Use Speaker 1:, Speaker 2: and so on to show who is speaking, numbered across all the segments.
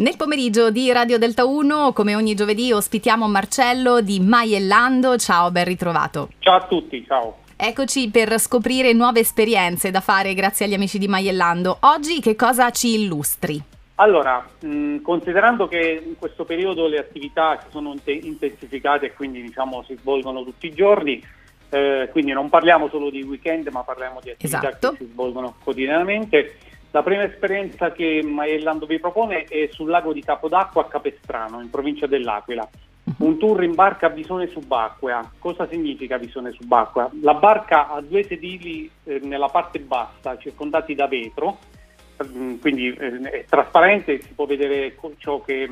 Speaker 1: Nel pomeriggio di Radio Delta 1, come ogni giovedì, ospitiamo Marcello di Maiellando. Ciao, ben ritrovato.
Speaker 2: Ciao a tutti, ciao.
Speaker 1: Eccoci per scoprire nuove esperienze da fare grazie agli amici di Maiellando. Oggi che cosa ci illustri?
Speaker 2: Allora, considerando che in questo periodo le attività si sono intensificate e quindi si svolgono tutti i giorni, quindi non parliamo solo di weekend ma parliamo di attività che si svolgono quotidianamente. La prima esperienza che Maiellando vi propone è sul lago di Capodacqua a Capestrano, in provincia dell'Aquila. Un tour in barca a visone subacquea. Cosa significa visone subacquea? La barca ha due sedili nella parte bassa, circondati da vetro, quindi è trasparente e si può vedere ciò che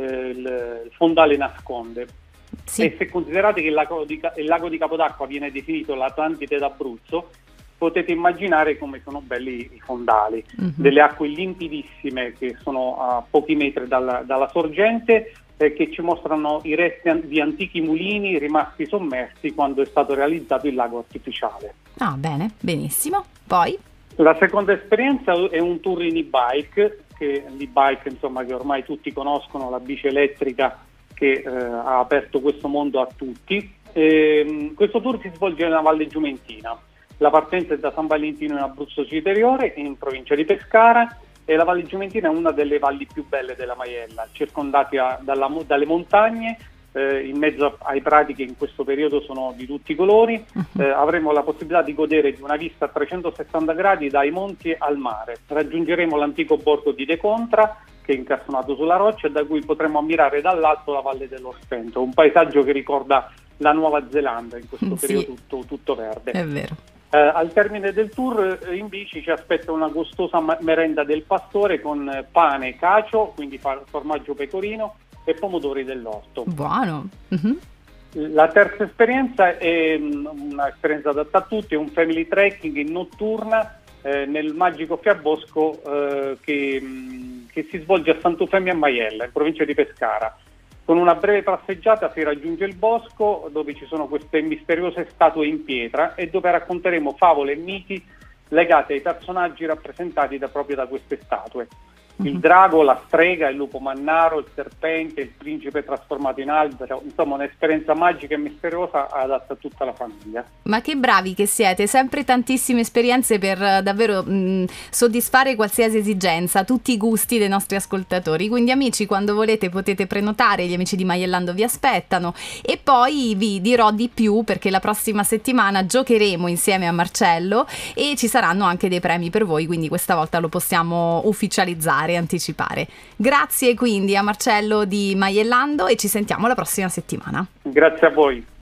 Speaker 2: il fondale nasconde.
Speaker 1: Sì.
Speaker 2: E se considerate che il lago di Capodacqua viene definito l'Atlantide d'Abruzzo, potete immaginare come sono belli i fondali, delle acque limpidissime che sono a pochi metri dalla sorgente, che ci mostrano i resti di antichi mulini rimasti sommersi quando è stato realizzato il lago artificiale.
Speaker 1: Ah, bene, benissimo. Poi?
Speaker 2: La seconda esperienza è un tour in e-bike, che ormai tutti conoscono, la bici elettrica che ha aperto questo mondo a tutti. Questo tour si svolge nella Valle Giumentina. La partenza è da San Valentino in Abruzzo Citeriore, in provincia di Pescara, e la Valle Giumentina è una delle valli più belle della Maiella, circondati dalle montagne, in mezzo ai prati che in questo periodo sono di tutti i colori. Avremo la possibilità di godere di una vista a 360 gradi dai monti al mare. Raggiungeremo l'antico borgo di De Contra, che è incastonato sulla roccia e da cui potremo ammirare dall'alto la Valle dello Stento, un paesaggio che ricorda la Nuova Zelanda in questo periodo tutto verde.
Speaker 1: È vero.
Speaker 2: Al termine del tour in bici ci aspetta una gustosa merenda del pastore con pane, cacio, quindi formaggio pecorino e pomodori dell'orto.
Speaker 1: Buono.
Speaker 2: La terza esperienza è un'esperienza adatta a tutti, è un family trekking in notturna nel magico fiabosco che si svolge a Sant'Eufemio a Maiella, in provincia di Pescara. Con una breve passeggiata si raggiunge il bosco dove ci sono queste misteriose statue in pietra e dove racconteremo favole e miti legati ai personaggi rappresentati proprio da queste statue. Il drago, la strega, il lupo mannaro, il serpente, il principe trasformato in albero, insomma un'esperienza magica e misteriosa adatta a tutta la famiglia.
Speaker 1: Ma che bravi che siete, sempre tantissime esperienze per davvero soddisfare qualsiasi esigenza, tutti i gusti dei nostri ascoltatori. Quindi amici, quando volete potete prenotare, gli amici di Maiellando vi aspettano e poi vi dirò di più perché la prossima settimana giocheremo insieme a Marcello e ci saranno anche dei premi per voi, quindi questa volta lo possiamo ufficializzare, anticipare. Grazie quindi a Marcello di Maiellando e ci sentiamo la prossima settimana.
Speaker 2: Grazie a voi.